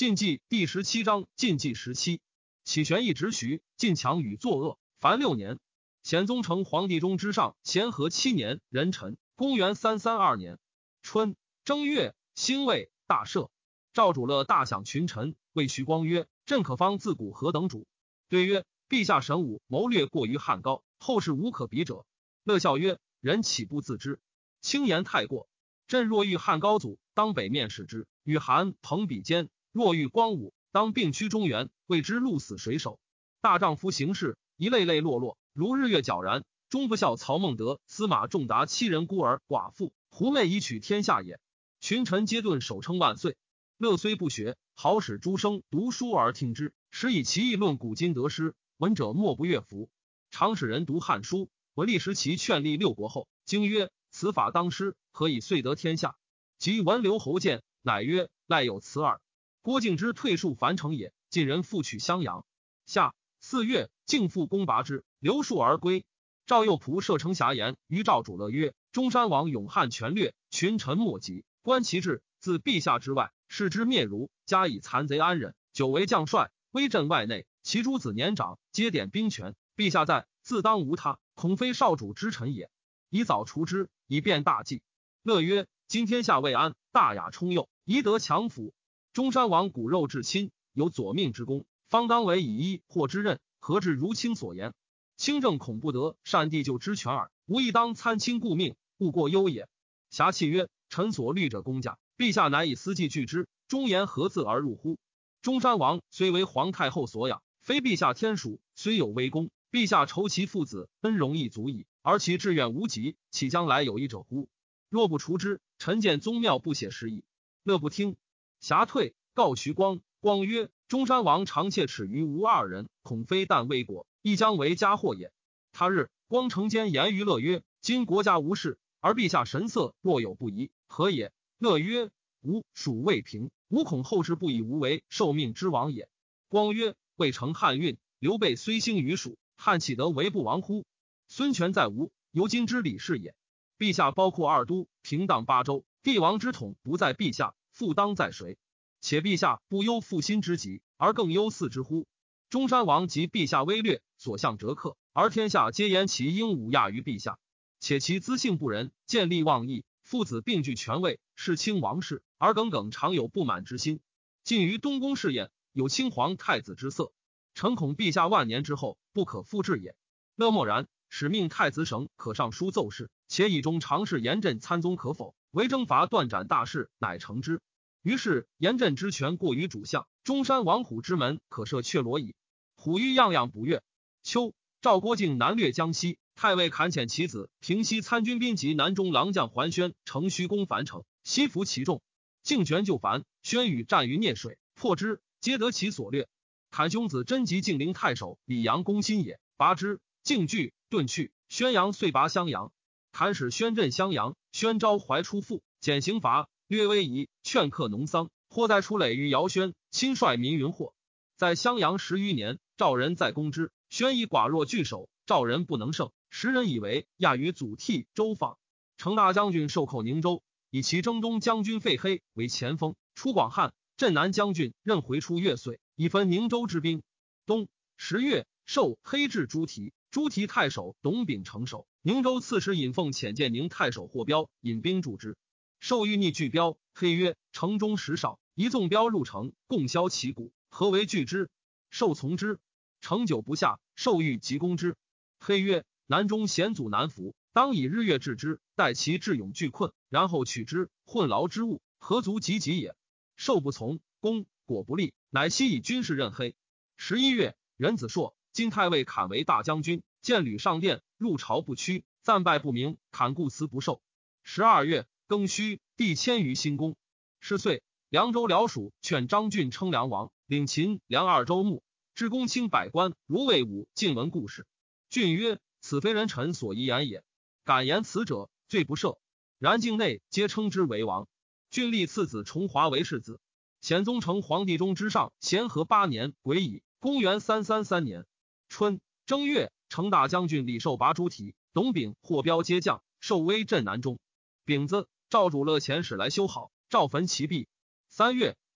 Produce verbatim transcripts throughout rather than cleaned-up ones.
晋纪第十七章晋纪十七。启玄义直徐，晋强与作恶，凡六年。显宗成皇帝中之上，咸和七年，壬辰，公元三三二年春正月，辛未，大赦。赵主乐大享群臣，谓徐光曰：“朕可方自古何等主？”对曰：“陛下神武，谋略过于汉高，后世无可比者。”乐笑曰：“人岂不自知？轻言太过。朕若遇汉高祖，当北面视之；与韩彭比肩，若遇光武，当并驱中原，谓之鹿死谁手？大丈夫行事，一类类落落，如日月皎然，终不效曹孟德、司马仲达七人孤儿寡妇，狐媚以取天下也。”群臣皆顿首称万岁。乐虽不学，好使诸生读书而听之，时以其义论古今得失，闻者莫不悦服。常使人读汉书，闻立时其劝立六国后，经曰：“此法当施，何以遂得天下？”及闻刘侯见，乃曰：“赖有此耳。”郭敬之退戍樊城也，晋人复取襄阳。夏四月，敬复攻拔之，刘戍而归。赵右仆射程遐言于赵主乐曰：“中山王勇悍权略，群臣莫及。观其志，自陛下之外，视之灭如，加以残贼安忍，久为将帅，威震外内。其诸子年长，皆典兵权。陛下在，自当无他，恐非少主之臣也。以早除之，以便大计。”乐曰：“今天下未安，大雅充佑，宜得强辅。中山王骨肉至亲，有左命之功，方当为以一或之任，何至如卿所言？清正恐不得善地就之权耳，无亦当参卿顾命，勿过忧也。”侠气曰：“臣所虑者公家，陛下乃以私计拒之，忠言何自而入乎？中山王虽为皇太后所养，非陛下天属，虽有微功，陛下酬其父子恩荣亦足矣，而其志愿无极，岂将来有一者乎？若不除之，臣见宗庙不写实矣。”乐不听。侠退，告徐光。光曰：“中山王常切齿于吾二人，恐非但未果，亦将为家祸也。”他日，光承间言于乐曰：“今国家无事，而陛下神色若有不疑，何也？”乐曰：“吾蜀未平，吾恐后世不以吾为受命之王也。”光曰：“未成汉运，刘备虽兴于蜀，汉岂得为不亡乎？孙权在吴，由今之理事也。陛下包括二都，平荡八州，帝王之统不在陛下，复当在谁？且陛下不忧复心之急，而更忧嗣之乎？中山王及陛下威略，所向折克，而天下皆言其英武亚于陛下。且其资性不仁，见利忘义，父子并具权位，是亲王室，而耿耿常有不满之心。近于东宫试验，有亲皇太子之色，臣恐陛下万年之后，不可复制也。”乐默然，使命太子省可上书奏事，且以中常侍严震参宗可否，为征伐断斩大事，乃成之。于是严震之权过于主相，中山王虎之门可设阙罗矣。虎欲样样补越。秋，赵郭靖南掠江西，太尉砍遣其子平西参军兵及南中郎将桓宣乘虚攻樊城，西服其众。靖旋就樊，宣与战于聂水，破之，皆得其所掠。砍兄子真及晋陵太守李阳攻心也，拔之，靖惧，遁去。宣阳遂拔襄阳。砍使宣镇襄阳，宣昭怀出父，减刑罚，略威仪，劝克农桑，或在出垒于姚宣，亲率民云祸。在襄阳十余年，赵人在攻之，宣以寡弱拒守，赵人不能胜，时人以为亚于祖逖、周访。成大将军受寇宁州，以其征东将军费黑为前锋，出广汉。镇南将军任回出越燧，以分宁州之兵。冬十月，授黑至朱提，朱提太守董秉成守。宁州刺史尹奉遣见宁太守霍彪，引兵助之。授欲逆拒彪，黑曰：“城中食少，一纵彪入城，共销其谷，何为拒之？”授从之。成久不下，授欲急攻之。黑曰：“南中险阻难服，当以日月制之，待其智勇俱困，然后取之，混劳之物，何足及己也？”授不从，攻果不利，乃悉以军事任黑。十一月，任子硕，今太尉砍为大将军，见吕上殿，入朝不趋，赞拜不明，砍故辞不受。十二月，庚戌，帝迁于新宫。是岁，凉州辽属劝张俊称梁王，领秦、梁二州牧，至公卿百官，如魏武晋闻故事。俊曰：“此非人臣所宜言也。敢言此者，罪不赦。”然境内皆称之为王。俊立次子重华为世子。显宗成皇帝中之上，咸和八年，癸乙，公元三三三年春正月，成大将军李寿拔朱提，董秉、霍彪皆将，受威镇南中。丙子，赵主乐遣使来修好，赵焚其壁。三月，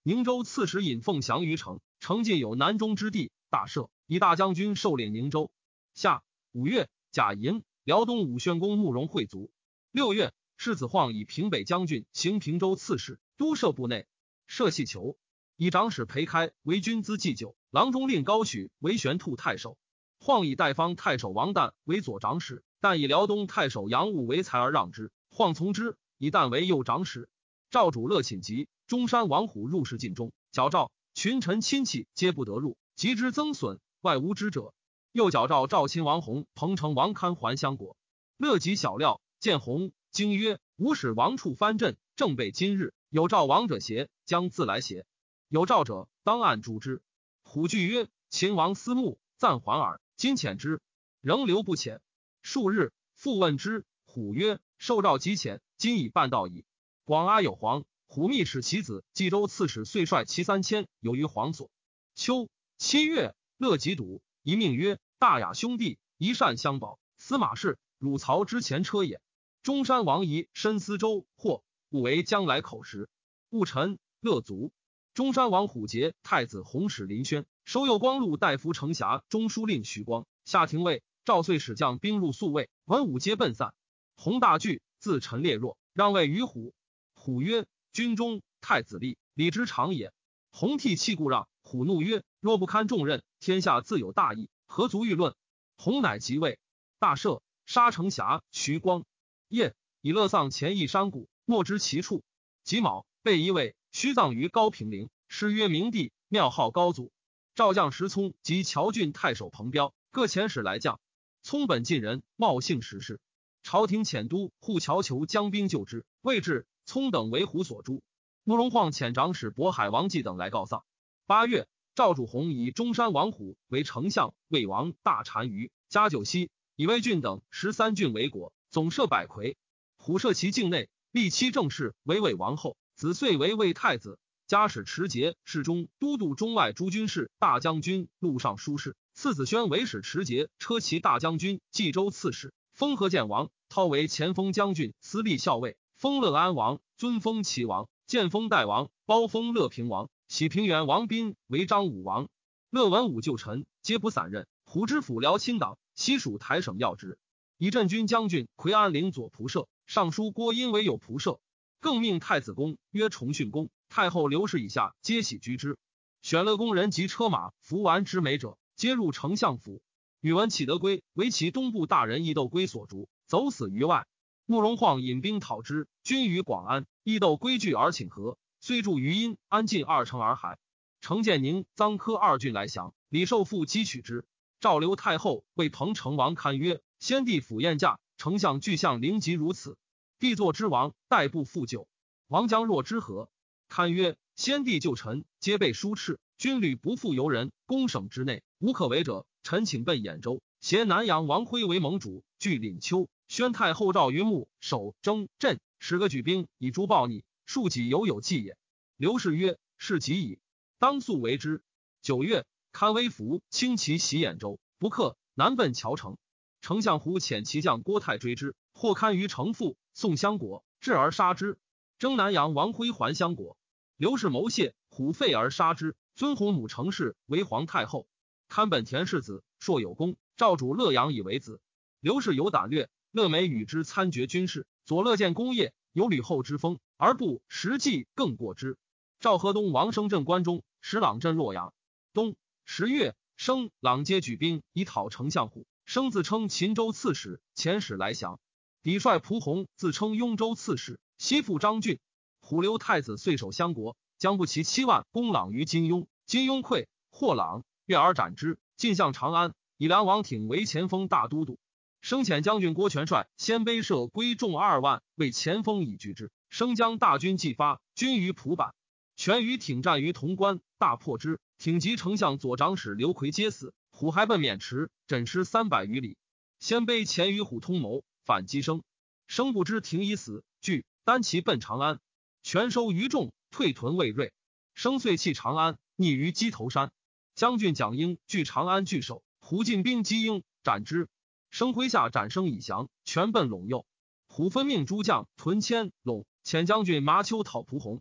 宁州刺史尹凤降于城，城近有南中之地，大赦，以大将军受领宁州。夏五月，甲寅，辽东武宣公慕容会卒。六月，世子晃以平北将军，行平州刺史，都摄部内，射气球。以长史裴开为军资祭酒，郎中令高许为玄兔太守。晃以代方太守王旦为左长史，但以辽东太守杨务为才而让之，晃从之，以旦为右长史。赵主乐寝疾，中山王虎入室禁中，矫诏群臣亲戚皆不得入，及之增损，外无知者。又矫诏赵亲王弘、彭城王堪还襄国。乐及小料，见弘惊曰：吾使王处藩镇，正备今日，有召王者邪？将自来邪？有召者，当按诛之。虎惧曰：秦王思慕，暂还耳，今遣之，仍留不遣。数日，复问之，虎曰：受诏极遣，今已半道矣。广阿有黄，虎密使其子冀州刺史遂率其三千有于黄所。秋七月，乐及笃，一命曰：大雅兄弟，一善相保。司马氏，汝曹之前车也。中山王仪深思周或勿为将来口实。戊辰，乐卒。中山王虎节太子弘使林轩，收右光禄大夫承辖中书令徐光，下廷尉。赵遂使将兵入宿卫，文武皆奔散。弘大惧，自陈烈弱，让位于虎。虎曰：军中太子立，礼之常也。弘涕泣故让。虎怒曰：若不堪重任，天下自有大义，何足欲论？弘乃即位，大赦，杀承辖徐光。夜，以乐丧前邑山谷，莫知其处。己卯，被一位虚葬于高平陵，谥曰明帝，庙号高祖。赵将石聪及谯郡太守彭彪各遣使来将。聪本晋人，茂姓石氏。朝廷遣都护乔求将兵救之，未至，聪等为虎所诛。慕容晃遣长史渤海王继等来告丧。八月，赵主宏以中山王虎为丞相、魏王大单于、加九锡，以魏郡等十三郡为国，总摄百魁。虎摄其境内，立妻正氏为魏王后，子遂为魏太子。加使持节、侍中、都督中外诸军事、大将军、录尚书事。次子宣为使持节、车骑大将军、冀州刺史。封河建王，涛为前锋将军、司隶校尉。封乐安王，尊封齐王，建封代王，包封乐平王。喜平原王斌为张武王。乐文武旧臣皆不散任。虎知府辽亲党，西属台省要职。以镇军将军奎安领左仆射，尚书郭殷为右仆射。更命太子宫曰崇训公，太后刘氏以下皆喜居之。选乐宫人及车马服完之美者，皆入丞相府。宇文启德归为其东部大人义斗归所逐，走死于外。慕容晃引兵讨之，军于广安。义斗归据而请和，虽驻于阴安近二城而还。程建宁、臧科二郡来降，李寿父击取之。赵留太后为彭城王堪曰：先帝府宴驾，丞相俱相临疾如此，帝作之王，待不复救。王将若之何？堪曰：先帝旧臣皆被疏斥，军旅不复由人，公省之内无可为者。臣请奔兖州，携南阳王辉为盟主，据领丘。宣太后诏于穆守征镇，使个举兵以诛暴逆，庶己犹有计也。刘氏曰：是己矣，当速为之。九月，堪微服轻骑袭兖州，不克，南奔谯城。丞相胡遣骑将郭泰追之，获堪于城父，宋襄国，至而杀之。征南阳王辉还襄国。刘氏谋谢，虎废而杀之，尊弘母程氏为皇太后。堪本田氏子，硕有功，赵主乐阳以为子。刘氏有胆略，乐美与之参决军事，左乐见功业，有吕后之风，而不实际更过之。赵河东王生镇关中，使朗镇洛阳。冬十月，生朗皆举兵以讨丞相虎，生自称秦州刺史，遣使来降。抵帅蒲弘自称雍州刺史，西附张郡。虎留太子遂守襄国，将不齐七万攻朗于金庸，金庸溃，获朗，越而斩之，进向长安，以梁王挺为前锋大都督。生遣将军郭全帅鲜卑射归众二万，为前锋以拒之。生将大军既发，军于蒲坂。全于挺战于潼关，大破之。挺及丞相左长史刘奎皆死，虎还奔渑池，枕尸三百余里。鲜卑前与虎通谋，反击生。生不知挺已死，惧，单骑奔长安。全收余众，退屯魏瑞。生遂弃长安，匿于鸡头山。将军蒋英据长安据守，虎进兵击英，斩之。生麾下斩生以降，全奔陇右。虎分命诸将屯迁陇，遣将军麻丘讨蒲弘。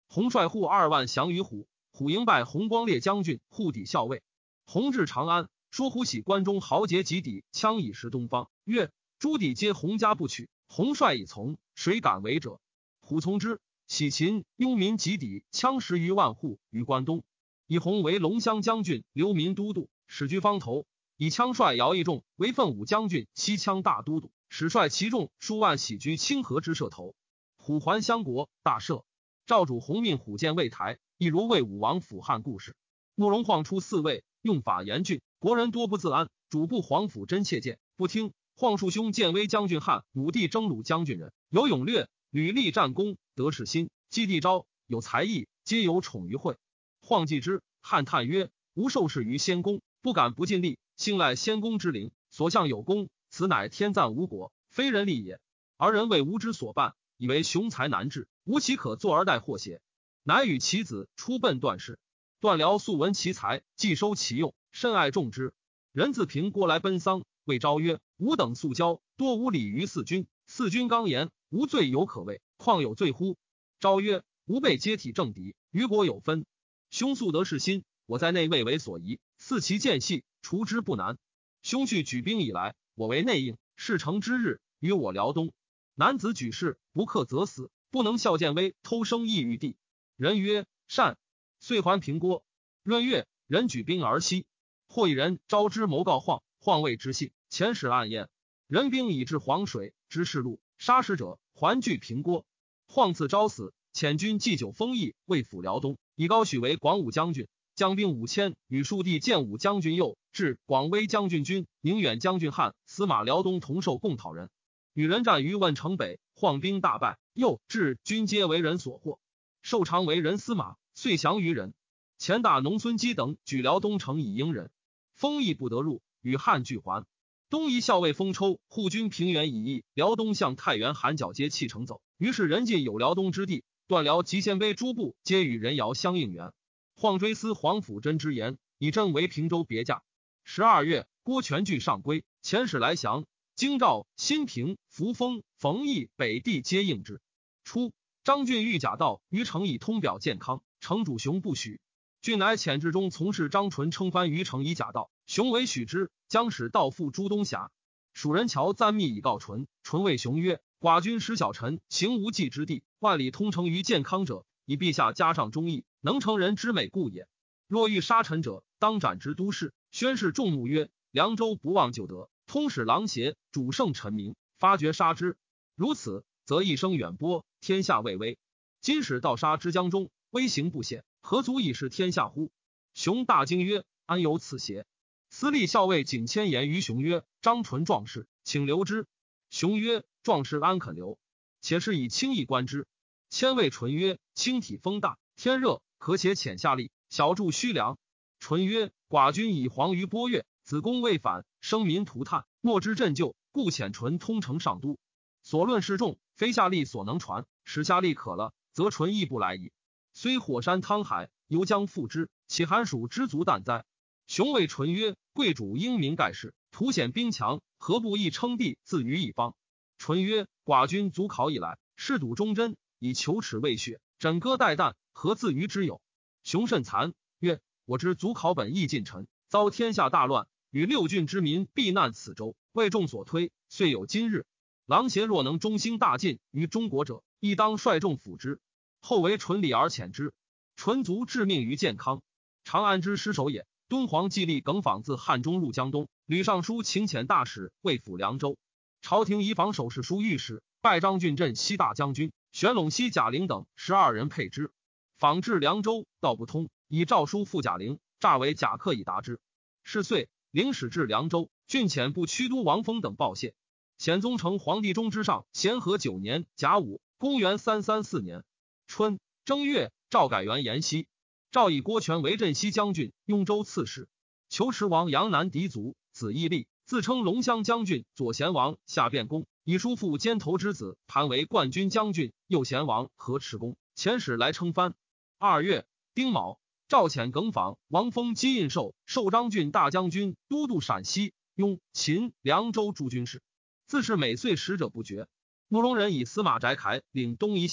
洪率护二万降于虎，虎迎败洪光烈将军，护抵校尉。洪至长安，说胡喜关中豪杰及抵，羌以食东方。曰：诸抵皆洪家不取，洪率以从，谁敢为者？虎从之。喜秦拥民及抵，羌十余万户于关东。以洪为龙骧将军，留民都督，使居方头。以羌帅姚义仲为奋武将军，西羌大都督，使率其众数万喜居清河之社头。虎还襄国，大赦。赵主洪命虎建魏台，亦如魏武王辅汉故事。慕容晃出四位，用法严峻，国人多不自安。主簿黄甫真切谏，不听。晃叔兄建威将军汉，武帝征虏将军人，有勇略，屡立战功，得士心，积地昭，有才艺，皆有宠于会。晃继之，汉叹曰：吾受事于先公，不敢不尽力，信赖先公之灵，所向有功，此乃天赞无果，非人力也。而人为吾之所办，以为雄才难治，无其可作而待祸邪？乃与其子出奔段氏。段辽素闻其才，既收其用，甚爱重之。人自平郭来奔丧，谓昭曰：吾等素交，多无礼于四君，四君刚言，无罪有可畏，况有罪乎？昭曰：吾辈皆体正敌，于国有分。兄素得士心，我在内未为所疑，似其间隙，除之不难。兄去举兵以来，我为内应，事成之日，与我辽东。男子举事，不克则死，不能效建威，偷生异于地。人曰：善。遂还平郭。闰月，人举兵而西。或一人招之谋告晃，晃谓之信，遣使暗验。人兵已至黄水，知是路，杀使者，还据平郭。晃自招死，遣军祭酒封邑，为辅辽东，以高许为广武将军，将兵五千，与庶弟建武将军右，至广威将军军，宁远将军汉，司马辽东同受共讨人。与人战于汶城北，晃兵大败，右至军皆为人所获。受常为人司马，遂降于人。前大农孙基等举辽东城以应人，封邑不得入，与汉俱还。东夷校尉封抽护军平原以义，辽东向太原韩角皆弃城走。于是人尽有辽东之地，段辽及鲜卑诸部皆与人姚相应援。晃追思黄甫真之言，以真为平州别驾。十二月，郭全据上归，遣使来降。京兆、新平、扶风、冯邑、北地皆应之。初，张俊欲假道于城以通表健康，城主雄不许。俊乃遣至中从事张纯称藩于城以假道，雄为许之，将使道赴诸东峡。蜀人乔暂密以告纯，纯谓雄曰：寡君使小臣行无忌之地，万里通城于健康者，以陛下加上忠义，能成人之美故也。若欲杀臣者，当斩之都市。宣示众怒曰：凉州不忘旧德，通使狼邪，主圣臣民，发觉杀之。如此，则一生远播，天下未危。今使盗杀之江中，威行不显，何足以示天下乎？雄大惊曰：安有此邪？司隶校尉景谦言于雄曰：张纯壮士，请留之。雄曰：壮士安肯留？且是以轻易观之。谦谓纯曰：轻体风大，天热，可且遣下吏，小助虚粮。纯曰：寡君以黄于波越，子公未反，生民涂炭，莫之振旧，故遣纯通城上都。所论示众，非下吏所能传，使下吏可了，则纯亦不来矣。虽火山汤海，犹将复之，岂寒暑知足惮哉？雄谓纯曰：贵主英明盖世，图显兵强，何不亦称帝自于一方？纯曰：寡君足考以来，誓赌忠贞，以求耻为血，枕戈待旦，何自于之有？雄甚惭，曰：我知足考本亦近臣，遭天下大乱，与六郡之民避难此州，为众所推，遂有今日。狼邪若能忠心大进于中国者，亦当率众辅之。后为纯礼而遣之。纯卒致命于健康，长安之失守也。敦煌季历耿访自汉中入江东，吕尚书请遣大使为辅凉州。朝廷以防守侍书御史，拜张俊镇西大将军，玄陇西贾陵等十二人配之。访至凉州，道不通，以诏书赴贾陵，诈为贾客以达之。是岁，陵使至凉州，郡遣部驱都王封等报谢。显宗成皇帝中之上咸和九年甲午，公元三三四年春正月，赵改元延熙。赵以郭全为镇西将军、雍州刺史。求池王杨南狄族，子义立，自称龙骧将军、左贤王，下变公，以叔父监头之子盘为冠军将军、右贤王何池公，遣使来称藩。二月，丁卯，赵遣耿访、王封基印绶，授张郡大将军、都督陕西、雍、秦、凉州诸军事。自是每岁使者不绝。慕容人以司马翟凯领东夷校尉，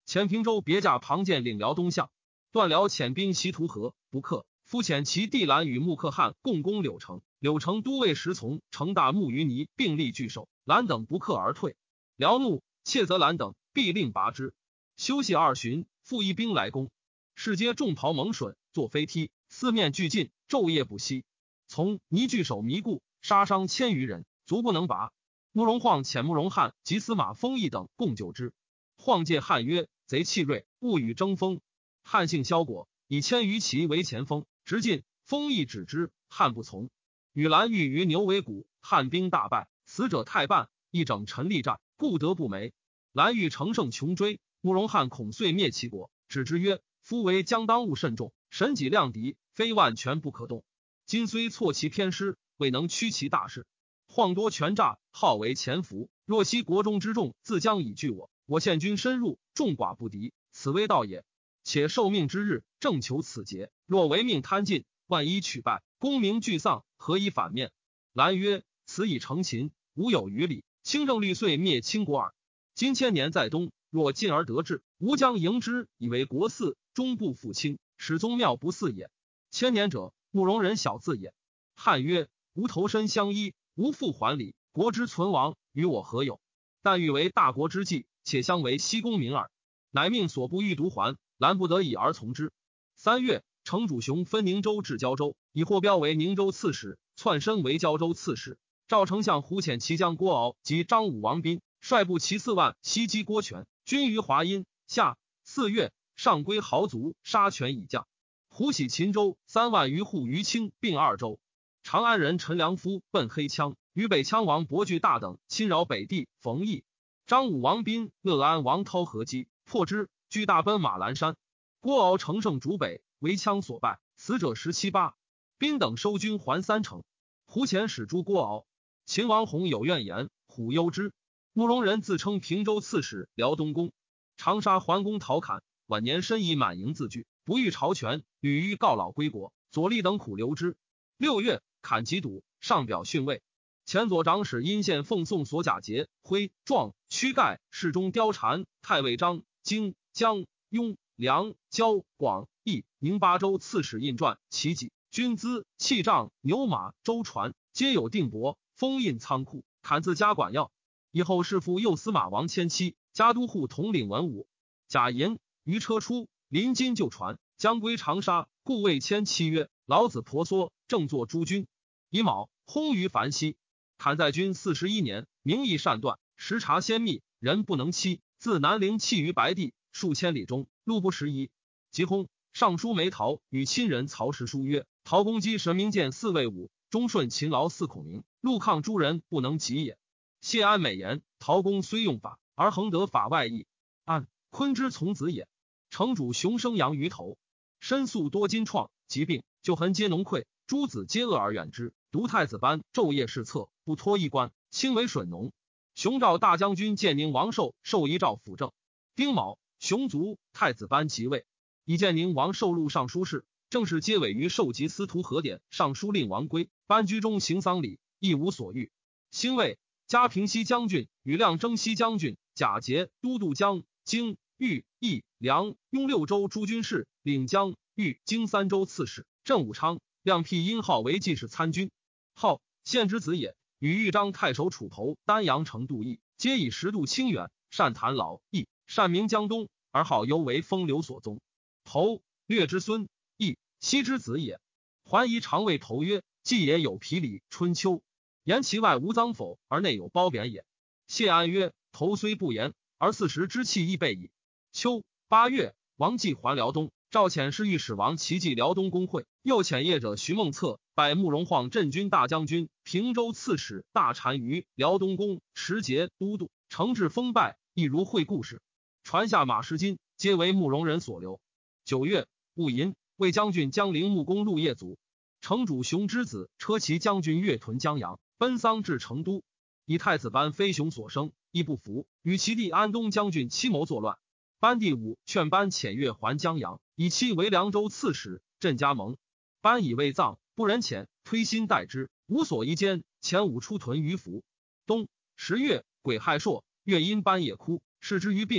遣平州别驾庞建领辽东相，段辽遣兵袭图河，不克。夫遣其弟兰与穆可汗共攻柳城，柳城都尉石从、成大木于泥并力拒守，兰等不克而退。辽怒，窃责兰等，必令拔之。休息二旬，复一兵来攻，士皆众袍蒙笋，坐飞梯，四面俱进，昼夜不息。从泥拒守迷故，杀伤千余人，卒不能拔。慕容晃遣慕容翰及司马丰毅等共救之。晃戒汉曰：贼气锐，勿与争锋。汉性萧果，以千余骑为前锋，直进。丰毅止之，汉不从。与兰欲于牛尾谷，汉兵大败，死者太半，一整陈力战，故得不没。兰欲乘胜穷追，慕容翰恐遂灭其国，止之曰：夫为将当务慎重，神己量敌，非万全不可动。今虽错其偏师，未能屈其大势。晃多权诈，好为潜伏，若惜国中之众，自将以拒我。我现军深入，众寡不敌，此危道也。且受命之日，正求此节，若违命贪尽，万一取败，功名俱丧，何以反面？兰曰：此已成秦，无有余礼，清正虑遂灭清国耳。今千年在东，若进而得志，吾将迎之，以为国嗣，终不复清，始宗庙不嗣也。千年者，慕容人小字也。汉曰：吾投身相依，无复还礼，国之存亡，与我何有？但欲为大国之计，且相为西公民耳。乃命所部欲独还，兰不得已而从之。三月，程主雄分宁州至胶州，以霍彪为宁州刺史，篡身为胶州刺史。赵丞相胡遣骑将郭敖及张武王斌率部骑四万袭击郭权，军于华阴。夏四月，上归豪族杀权以降。胡喜秦州三万余户于清并二州。长安人陈良夫奔黑羌，与北羌王伯巨大等侵扰北地，冯异。张武王斌、乐安王涛合击，破之，居大奔马栏山。郭敖乘胜逐北，为羌所败，死者十七八。斌等收军还三城。胡遣使诛郭敖。秦王弘有怨言，虎忧之。慕容人自称平州刺史、辽东公。长沙桓公陶侃晚年身以满营自居，不欲朝权，屡欲告老归国，左立等苦留之。六月，砍其堵，上表训位。前左长史因县奉送所甲节、徽、状、躯盖、侍中貂蝉、太尉张、荆、江、雍、梁、交、广、义、宁八州刺史印传、旗戟、军资、器仗、牛马、舟船，皆有定帛，封印仓库，砍自家管要。以后侍父右司马王迁妻，家都护统领文武。贾银于车出，临津就船，将归长沙，故谓迁妻曰：老子婆娑，正作诸君。乙卯，薨于樊西。砍在军四十一年，名义善断，时察先密，人不能欺。自南陵弃于白地，数千里中，路不拾遗。即薨，尚书梅陶与亲人曹实书曰：陶公击神明剑四位武，忠顺勤劳四孔明，陆抗诸人不能及也。谢安美言：陶公虽用法，而恒得法外义。按昆之从子也。城主雄生养于头，身素多金创，疾病就痕皆脓溃，诸子皆恶而远之。独太子班昼夜侍侧，不脱衣冠，轻为吮脓。雄赵大将军建宁王寿受遗诏辅政。丁卯，雄卒，太子班即位。以建宁王受录尚书事，正是皆委于授及司徒何典，尚书令王归。班居中行丧礼，亦无所欲。辛未，加平西将军与亮征西将军，贾节都督江、荆、豫、益、梁、雍六州诸军事，领江、豫、荆三州刺史。镇武昌，亮辟殷号为进士参军。号献之子也，与豫章太守楚侯丹阳城杜毅，皆以十度清远，善谈老义，善明江东，而号犹为风流所宗。侯略之孙，义西之子也。桓夷常谓侯曰：既也有皮礼春秋，言其外无赃否，而内有褒贬也。谢安曰：侯虽不言，而四时之气亦备矣。秋八月，王继还辽东，赵遣侍御史王齐继辽东公会，又遣业者徐孟策拜慕容晃镇军大将军、平州刺史、大单于辽东公、持节都督，承制封拜，亦如会故事。传下马士金，皆为慕容人所留。九月，戊寅，魏将军江陵木公陆业卒。城主雄之子车骑将军越屯江阳，奔丧至成都。以太子班非雄所生，亦不服，与其弟安东将军期谋作乱。班第五劝班遣越还江阳，以期为凉州刺史，镇加盟。班以未葬，不忍遣，推心待之，无所宜坚。前五出屯于府。冬十月，癸亥朔，越因班也哭，视之于并宫，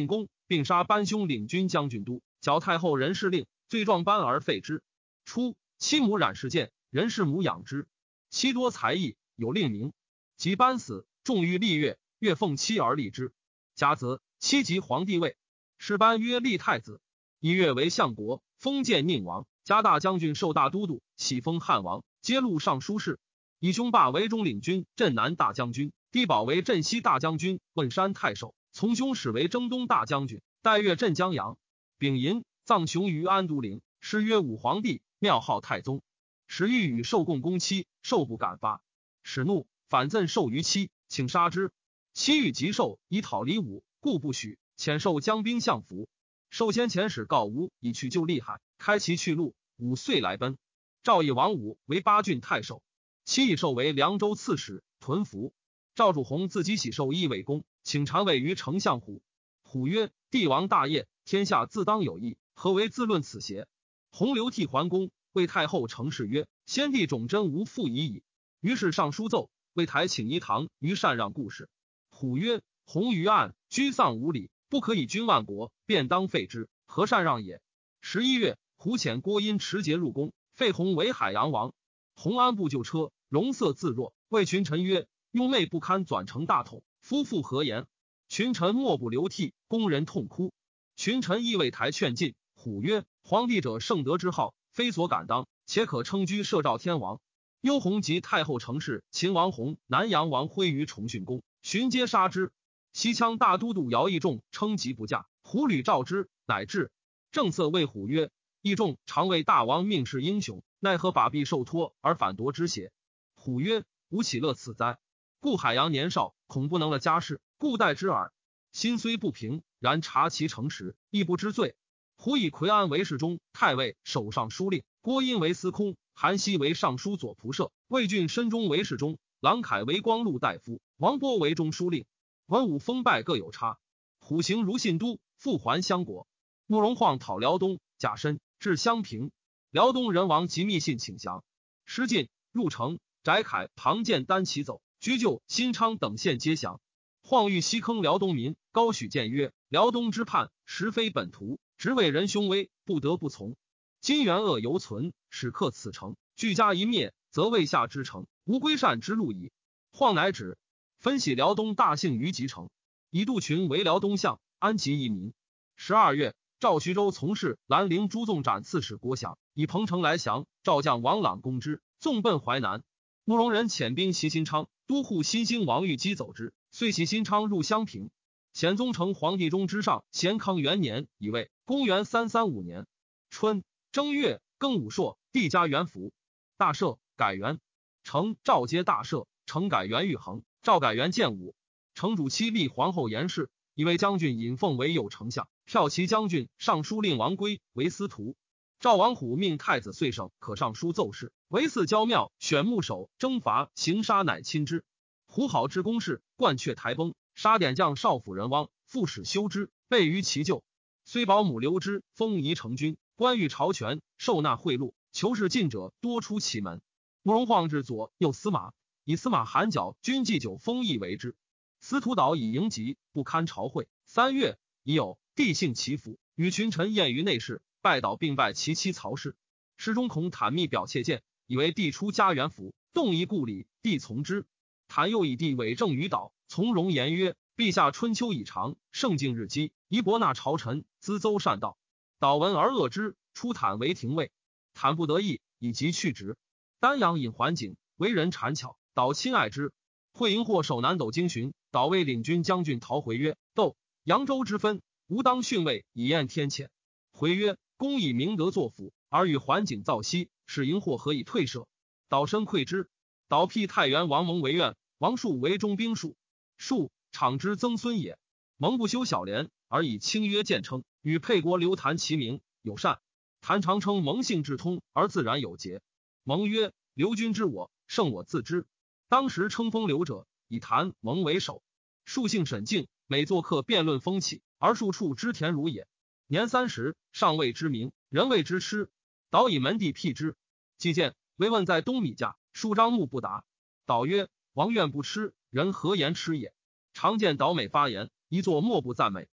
并杀班兄领军将军都，矫太后任氏令，罪状班而废之。初，其母冉氏见，任氏母养之，其多才艺，有令名。及班死，重欲立月，月奉妻而立之。甲子，妻即皇帝位，是班曰立太子。一月为相国，封建宁王，加大将军，授大都督，喜封汉王，揭录尚书事。以兄霸为中领军，镇南大将军；弟宝为镇西大将军，汶山太守。从兄使为征东大将军，代越镇江阳。丙寅，葬雄于安都陵，谥曰武皇帝，庙号太宗。时欲与受贡公妻，受不敢发，使怒，反赠受于妻，请杀之。妻欲急受，以讨离武，故不许，遣受将兵相服。受先遣使告吴，以去救利海，开其去路。武遂来奔。赵以王武为八郡太守，妻以受为凉州刺史，屯服。赵主弘自己喜受义为公，请禅位于丞相虎。虎曰：帝王大业，天下自当有义，何为自论此邪？弘流涕还公，谓太后成事曰：先帝种真无复已矣。于是上书奏，为台请仪堂于禅让故事。虎曰：弘于案，居丧无礼，不可以君万国，便当废之，何禅让也？十一月，胡遣郭殷持节入宫，废弘为海阳王。弘安步就车，容色自若，谓群臣曰：用妹不堪转成大统，夫妇何言？群臣莫不流涕，宫人痛哭。群臣亦为台劝进。虎曰：皇帝者圣德之好，非所敢当，且可称居摄赵天王。幽弘及太后成事，秦王弘、南阳王辉于崇训宫，寻皆杀之。西羌大都督姚义仲称疾不驾，虎屡召之，乃至。正色谓虎曰：义仲常为大王命世英雄，奈何把臂受托而反夺之邪？虎曰：吾岂乐此哉？故海阳年少，恐不能了家事，故待之耳。心虽不平，然察其诚实，亦不知罪。虎以魁安为侍中、太尉、守尚书令，郭殷为司空，韩熙为尚书左仆射，魏郡申中为侍中，郎凯为光禄大夫，王波为中书令。文武封拜各有差。虎行如信都，复还襄国。慕容晃讨辽东，假身至襄平。辽东人王及密信请降。失进入城，翟凯、庞建单骑走，居就、新昌等县皆降。晃欲西坑辽东民，高许谏曰：辽东之叛，实非本图，只为人凶威，不得不从。今元恶犹存，使克此城，俱家一灭，则魏下之城，无归善之路矣。晃乃止。分析辽东大幸于集城，以杜群为辽东相，安其一民。十二月，赵徐州从事兰陵诸纵斩刺史郭祥，以彭城来降，赵将王朗攻之，纵奔淮南。慕容人遣兵袭新昌，都护新兴王玉击走之，遂袭新昌入襄平。显宗成皇帝中之上，咸康元年乙未，公元三三五年春正月庚午朔，帝加元符，大赦，改元。成赵接大赦，成改元玉衡，赵改元建武。成主妻立皇后严氏，以为将军尹凤为右丞相，骠骑将军、尚书令王圭为司徒。赵王虎命太子遂省可上书奏事，为祀郊庙，选牧首，征伐，行杀，乃亲之。虎好之公事，冠阙台崩，杀点将少府人汪，复使修之，备于其咎。虽保姆留之，封仪成君，官遇朝权，受纳贿赂，求是进者多出其门。慕容晃至左右司马，以司马韩角军祭酒封邑为之。司徒导以迎疾，不堪朝会。三月，已有帝幸其府，与群臣宴于内室，拜倒并拜其妻曹氏。侍中孔坦密表切谏，以为帝出家元服，动一故礼，帝从之。坦又以帝伪证于导，从容言曰：陛下春秋已长，盛敬日积，宜博纳朝臣，资邹善道。导闻而恶之，出坦为廷尉。坦不得意，以即去职。丹阳尹桓景为人谄巧，导亲爱之。会营或守南斗京巡，导为领军将军逃回曰：斗扬州之分，吾当逊位以验天谴。回曰：公以明德作辅，而与桓景造息，使营或何以退舍？导深愧之。导辟太原王蒙为院，王树为中兵术。树场之曾孙也。蒙不修小廉，而以清约见称，与沛国刘谭齐名，友善。谭常称蒙性智通，而自然有节。蒙曰：刘君之我，胜我自知。当时称封刘者，以谭蒙为首。树性沈静，每作客辩论风气，而数处之田如也。年三十，上谓之名，人谓之痴。导以门第辟之。既见，为问在东米驾，树张目不答。导曰：王愿不吃，人何言吃也？常见导美发言，一作莫不赞美，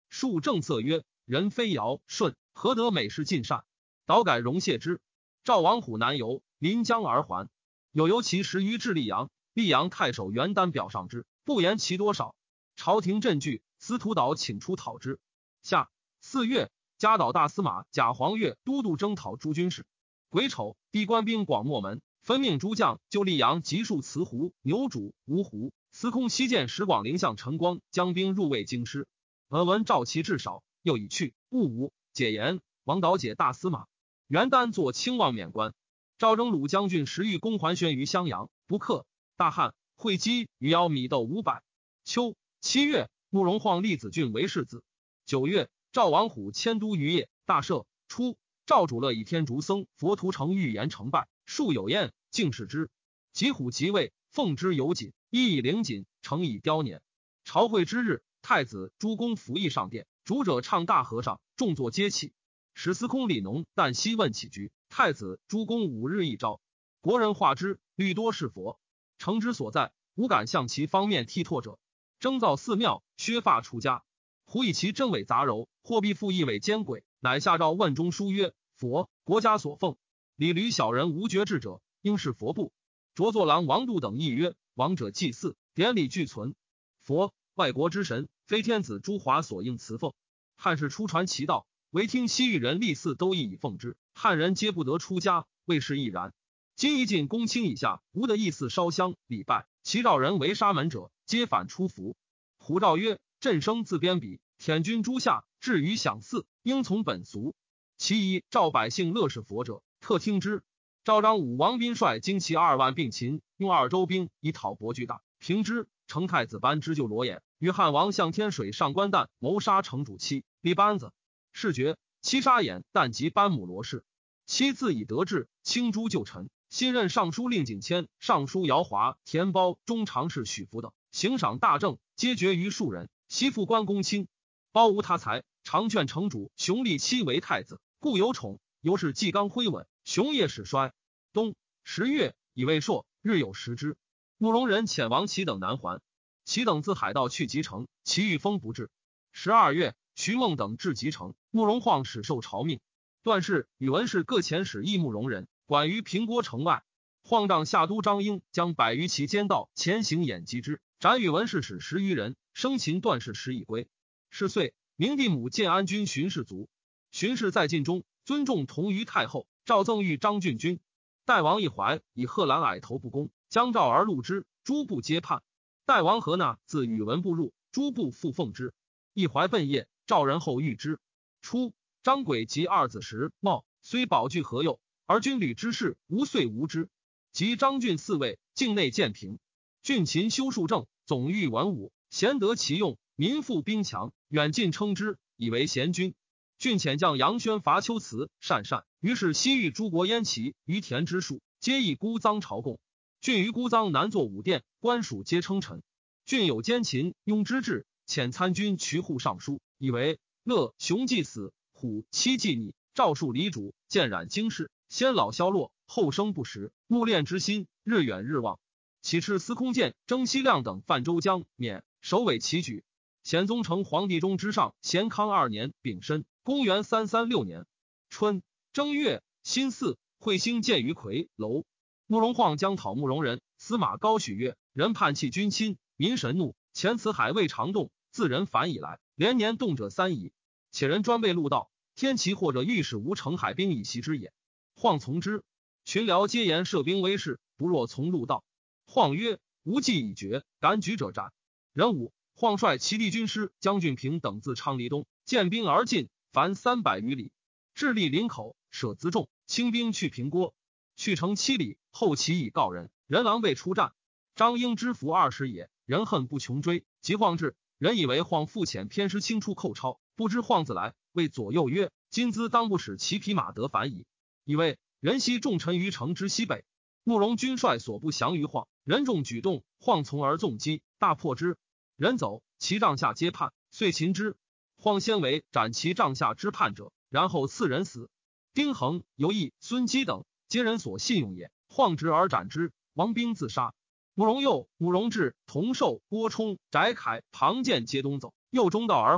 述正色曰：人非尧舜，何得美事尽善？导改容谢之。赵王虎南游，临江而还，有游其十余至溧阳，溧阳太守元丹表上之，不言其多少。朝廷震惧，司徒导请出讨之。夏四月，加导大司马贾黄钺都督征讨诸军事。癸丑，帝官兵广漠门，分命诸将就溧阳集数慈湖、牛渚、芜湖。司空西见石广陵相陈光将兵入魏京师，闻闻赵其至少，又已去，勿无解言。王导解大司马。元丹作清望免官。赵征虏将军时欲攻还宣于襄阳，不克。大旱，会稽余姚米豆五百。秋七月，慕容晃立子俊为世子。九月，赵王虎迁都于邺，大赦。初，赵主乐以天竺僧佛图成预言成败，数有宴，敬视之。及虎即位，奉之有锦，衣以绫锦，成以雕年。朝会之日，太子诸公服役上殿，主者唱大和尚，众坐皆起。使司空李农旦夕问起居，太子诸公五日一朝。国人化之，虑多是佛。诚之所在，无敢向其方面剔拓者。征造寺庙，削发出家。胡以其真伪杂糅，或必复一伪奸诡，乃下诏问中书曰：佛，国家所奉，礼驴小人无觉志者，应是佛部。着作郎王度等议曰：王者祭祀，典礼俱存。佛，外国之神，非天子诸华所应辞奉。汉室初传其道，唯听西域人立祀都亦以奉之，汉人皆不得出家，未是亦然。今一进公卿以下，无得意祀烧香礼拜，其召人为沙门者，皆反出服。胡诏曰：朕生自编笔，舔君诸下，至于享祀，应从本俗。其一召百姓乐事佛者，特听之。赵章武王斌率精骑二万并秦，用二州兵以讨博巨大，平之。成太子班之救罗衍，与汉王向天水上官旦谋杀城主妻，立班子。事决，妻杀眼，但及班母罗氏。妻自以得志，轻诛旧臣。新任尚书令景谦、尚书姚华、田包、中常侍许福等，行赏大政，皆决于数人。悉复关公卿。包无他才，常劝城主熊立妻为太子，故有宠。由是纪纲恢稳，熊业始衰。冬十月，以未朔，日有食之。慕容人遣王齐等南还，齐等自海道去集城，齐遇风不至。十二月，徐梦等至集城，慕容晃始受朝命。段氏与文氏各遣使议慕容人，管于平郭城外。晃帐下都张英将百余骑监道前行掩击之，斩与文氏使十余人，生擒段氏十以归。是岁，明帝母建安军巡视卒。巡视在晋中，尊重同于太后，诏赠御张郡君。代王一怀以贺兰矮头不恭，将诏而录之，诸部皆叛。代王何纳自宇文部入，诸部复奉之。一怀奔夜，召人后遇之。初，张轨及二子时茂虽保具何佑，而军旅之事无遂无知。及张郡四位，境内渐平。郡勤修术政，总御文武，贤得其用，民富兵强，远近称之，以为贤君。郡遣将杨宣伐丘辞，善善。于是西域诸国燕齐于田之数，皆以孤臧朝贡。郡于孤臧南作武殿，官属皆称臣。郡有奸秦雍之志，遣参军渠护尚书，以为乐熊既死，虎妻既逆，诏述离主，渐染经世，先老消落，后生不时，慕恋之心日远日旺。启斥司空监、征西亮等犯周江免，首尾齐举。显宗成皇帝中之上咸康二年丙申，公元三三六年春正月辛巳，彗星见于夔楼。慕容晃将讨慕容人，司马高许曰：人叛弃君亲，民神怒，前此海未常动，自人反以来，连年动者三矣。且人专备陆道，天齐或者御史无成海兵以袭之也。晃从之，群僚皆言设兵威势，不若从陆道。晃曰：无计已决，敢举者斩。壬午，晃率齐地军师将军平等自昌黎东，建兵而进，凡三百余里，至立林口，舍辎重，轻兵去平郭。去城七里，后齐以告人，人狼狈出战。张英之服二十也，人恨不穷追，及晃至，人以为晃复遣偏师轻出寇超，不知晃自来，谓左右曰：今兹当不使其匹马得反矣。以为人悉重臣于城之西北，慕容军帅所不降于晃，人众举动，晃从而纵击，大破之。人走，其帐下皆叛，遂擒之。晃先为斩其帐下之叛者，然后赐人死。丁衡、尤毅、孙基等皆人所信用也，晃直而斩之，王兵自杀。慕容佑、慕容志、同寿、郭冲、翟凯、庞建皆东走，右中道而还，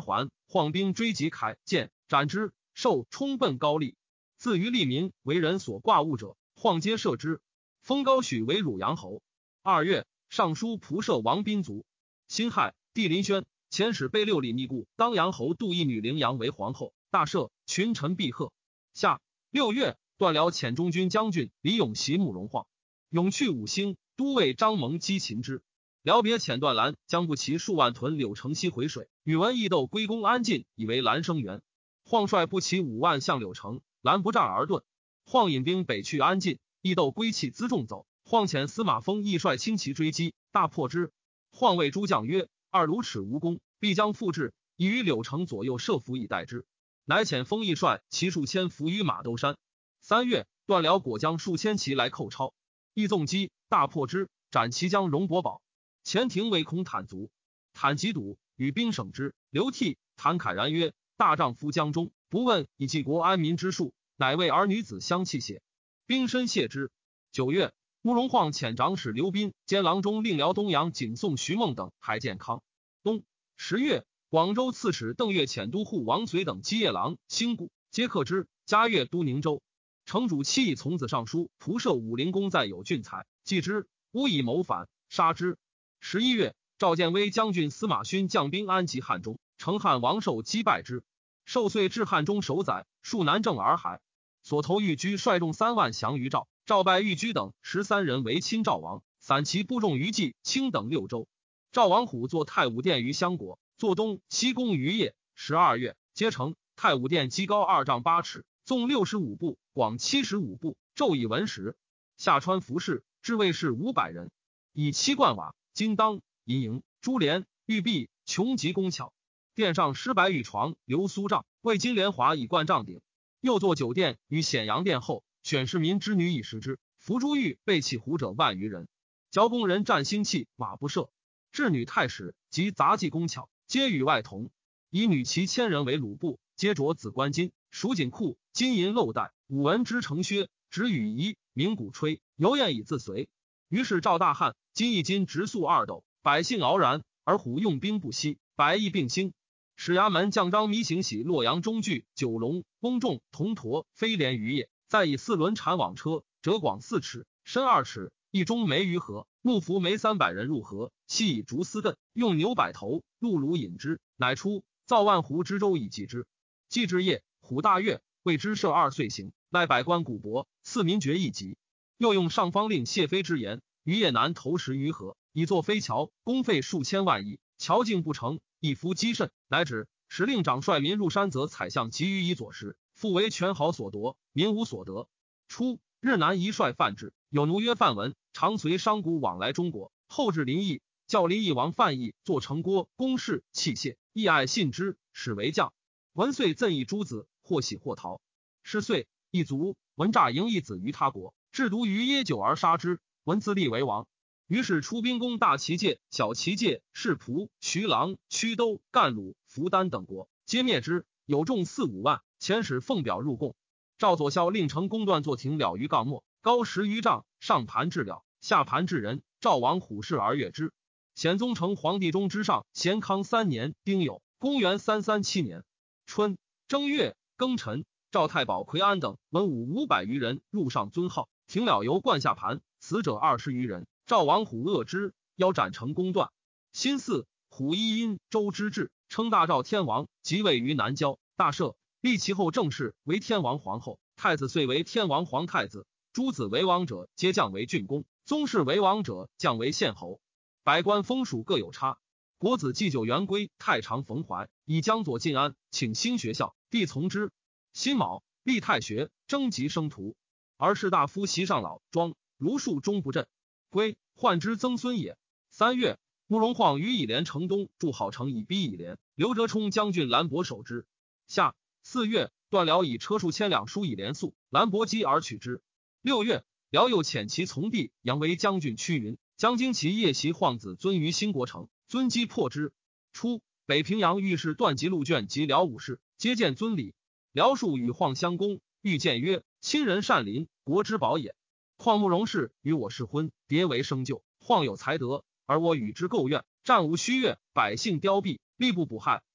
晃兵追击凯见斩之，受冲奔高丽。自于利民为人所挂物者，晃皆射之。封高许为汝阳侯。二月，尚书仆射王宾卒。辛亥，帝林轩遣使被六里密故当阳侯杜义女陵阳为皇后，大赦，群臣毕贺。夏六月，段辽遣中军将军李永袭慕容晃，永去五星，都尉张蒙击秦之。辽别遣段兰将步骑数万屯柳城西回水，宇文义斗归公安晋，以为兰生援。晃率步骑五万向柳城，兰不战而遁。晃引兵北去安晋，义斗归弃辎重走。晃遣司马丰亦率轻骑追击，大破之。晃谓诸将曰：二卢齿无功，必将复至，以于柳城左右设伏以待之。乃遣丰亦率骑数千伏于马兜山。三月，段辽果将数千骑来寇超，义纵击，大破之，斩其将荣伯宝。前庭为空坦卒，坦疾笃，与兵省之。流涕，坦慨然曰：大丈夫江中，不问以济国安民之术，乃为儿女子相弃血。兵身谢之。九月，慕容晃遣长史刘斌兼郎中令辽东阳景宋徐梦等还健康。冬十月，广州刺史邓岳遣都护王绥等基业郎、兴固皆克之。嘉月，都宁州城主期以从子上书仆射武陵公在有俊才，继之，诬以谋反，杀之。十一月，赵建威将军司马勋将兵安及汉中，成汉王寿击败之。寿遂至汉中守宰，数南郑洱海。所投豫居率众三万降于赵，赵败豫居等十三人为亲赵王，散其部众于冀、青等六州。赵王虎作太武殿于襄国，坐东西宫于邺。十二月，皆成。太武殿基高二丈八尺，纵六十五步，广七十五步，昼以文石。下川服饰，至卫士五百人，以七冠瓦、金当、银营、珠帘、玉璧、琼极工巧。殿上施白玉床、流苏帐，为金莲华以冠帐顶。又作酒店于显阳殿后，选市民之女以食之。伏珠玉被弃胡者万余人。教工人战兴器，瓦不赦。制女太史及杂技工巧，皆与外同。以女骑千人为鲁部，皆着紫冠巾、蜀锦裤、金银漏带、五文之成靴，执羽仪、鸣鼓吹，游宴以自随。于是赵大汉金一金直粟二斗，百姓傲然，而虎用兵不息，百邑并兴。使衙门将张弥行喜洛阳中具九龙翁仲铜驼飞廉渔业，再以四轮缠网车，折广四尺，深二尺，一中梅于河，幕服梅三百人入河，系以竹丝亘，用牛百头，鹿乳饮之，乃出，造万湖之舟以济之。祭之夜，虎大悦，为之设二岁刑，赖百官古帛，赐民爵一级。又用上方令谢飞之言，于夜南投石于河，以作飞桥，公费数千万亿，桥径不成，一夫积甚，乃止。使令长率民入山泽采象急于以左时，复为权豪所夺，民无所得。初，日南一帅范质，有奴曰范文，常随商贾往来中国，后至临邑，教临邑王范义做成锅、公事、器械，义爱信之，使为将。文遂赠以诸子，或喜或逃。是岁，一卒，文诈迎一子于他国，制毒于耶酒而杀之，文自立为王。于是出兵攻大齐界、小齐界、士仆、徐郎、曲都、干鲁、福丹等国，皆灭之，有众四五万。遣使奉表入贡。赵左校令成宫断作亭了于杠末，高十余丈，上盘至了，下盘至人。赵王虎视而悦之。显宗成皇帝中之上，咸康三年丁酉，公元三三七年春正月庚辰，赵太保奎安等文武五百余人入上尊号，亭了由冠下盘，死者二十余人。赵王虎恶之，腰斩成宫断。辛巳，虎一因周之治，称大赵天王，即位于南郊，大赦，立其后正室为天王皇后，太子遂为天王皇太子。诸子为王者，皆降为郡公；宗室为王者，降为县侯。百官封属各有差。国子祭酒元归太常冯怀以江左晋安，请新学校，帝从之。辛卯，立太学，征集生徒。而士大夫袭上老庄，儒术终不振。归患之曾孙也。三月，慕容晃于以连城东筑好城以逼以连，刘哲冲将军兰博守之。夏四月，段辽以车数千两输以连宿，兰博击而取之。六月，辽又遣其从弟杨为将军屈云，将精骑夜袭晃子尊于兴国城，尊击破之。初，北平阳御史段吉路卷及辽武士，皆见尊礼。辽数与晃相攻，欲见曰：亲人善邻，国之宝也。况慕容氏与我适婚，迭为生就，晃有才德，而我与之构怨，战无虚越，百姓凋敝，力不补害，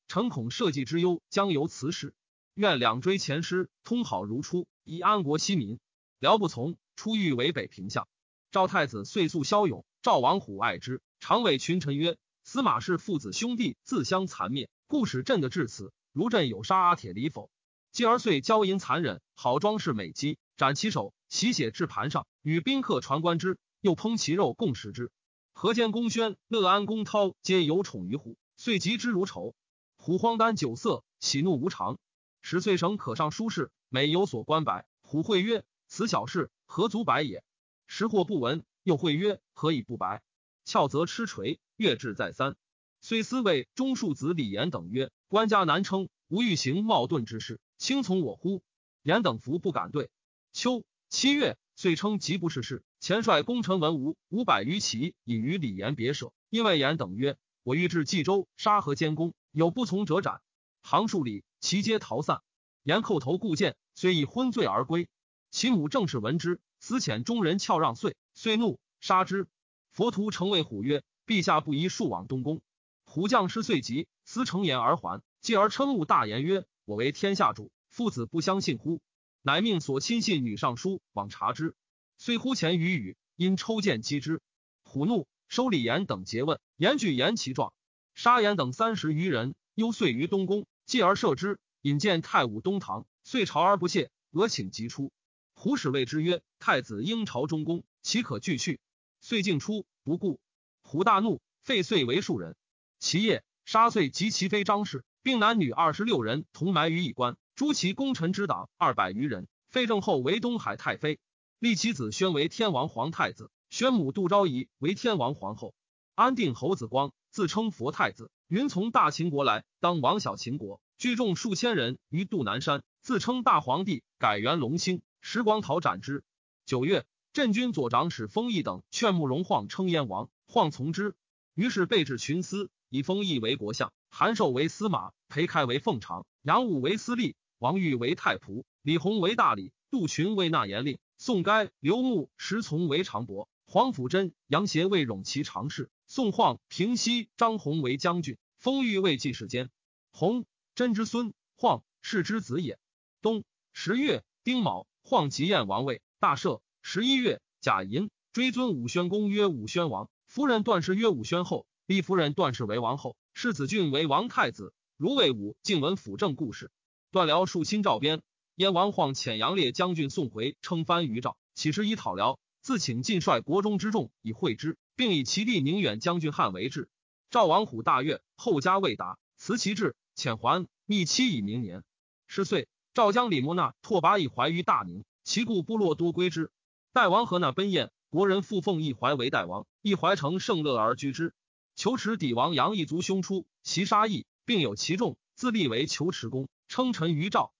臣恐社稷之忧将由此始，愿两追前师，通好如初，以安国息民。辽不从，出狱为北平相。赵太子遂速骁勇，赵王虎爱之，常谓群臣曰：司马氏父子兄弟自相残灭，故使朕的至此，如朕有杀阿铁离否？继而遂骄淫残忍，好装饰美姬，斩其手，洗血至盘上，与宾客传观之，又烹其肉共食之。河间公宣、乐安公涛皆有宠于虎，遂及之如仇。虎荒诞酒色，喜怒无常。十岁绳可上书事，每有所关白。虎会曰：此小事，何足白也？时或不闻，又会曰：何以不白？翘则吃锤，越至再三。虽思谓中庶子李严等曰：官家难称，无欲行冒顿之事，轻从我乎？严等服不敢对。秋七月，遂称极不是事。前率功臣文武五百余骑，引于李严别舍。因为严等曰：我欲至冀州，沙河监公，有不从者斩。行数里，其皆逃散。严叩头固谏，虽以昏醉而归。其母正是闻之，思遣中人翘让遂，遂怒杀之。佛徒成谓虎曰：陛下不宜数往东宫。虎将士遂急，思成言而还。继而称误大言曰：我为天下主，父子不相信乎？乃命所亲信女尚书往察之，虽呼前语语，因抽剑击之。虎怒，收李严等诘问，严具严其状，杀严等三十余人，忧遂于东宫，继而射之。引见太武东堂，遂朝而不谢，俄请即出。虎使谓之曰：太子应朝中宫，岂可拒去？遂径出，不顾。虎大怒，废遂为庶人。其夜，杀遂及其妃张氏，并男女二十六人同埋于一关，诛其功臣之党二百余人。废郑后为东海太妃，立其子宣为天王皇太子，宣母杜昭仪为天王皇后。安定侯子光自称佛太子，云从大秦国来，当王小秦国，聚众数千人于杜南山，自称大皇帝，改元隆兴。时光讨斩之。九月，镇军左长史封邑等劝慕容晃称燕王，晃从之。于是备至群司，以封邑为国相，韩寿为司马，裴开为奉常，杨武为司隶，王玉为太仆，李弘为大理，杜群为纳言令，宋该、刘穆、石从为常伯，黄甫真、杨协为冗骑常侍，宋晃、平西、张弘为将军，封玉为记事监。弘，真之孙，晃世之子也。冬十月丁卯，晃即燕王位，大赦。十一月，甲寅，追尊武宣公曰武宣王，夫人段氏曰武宣后，立夫人段氏为王后，世子俊为王太子。如魏武晋闻辅政故事。段辽戍侵赵边，燕王晃遣杨烈将军宋回称藩于赵，起事以讨辽，自请尽率国中之众以会之，并以其弟宁远将军汉为质。赵王虎大悦，后加未达，辞其志，遣还，密期以明年。十岁，赵将李莫那拓跋一怀于大宁，其故部落多归之。代王何那奔燕，国人复奉一怀为代王，一怀成盛乐而居之。求池底王杨一族兄出，袭杀邑，并有其众，自立为求池公，称臣于赵。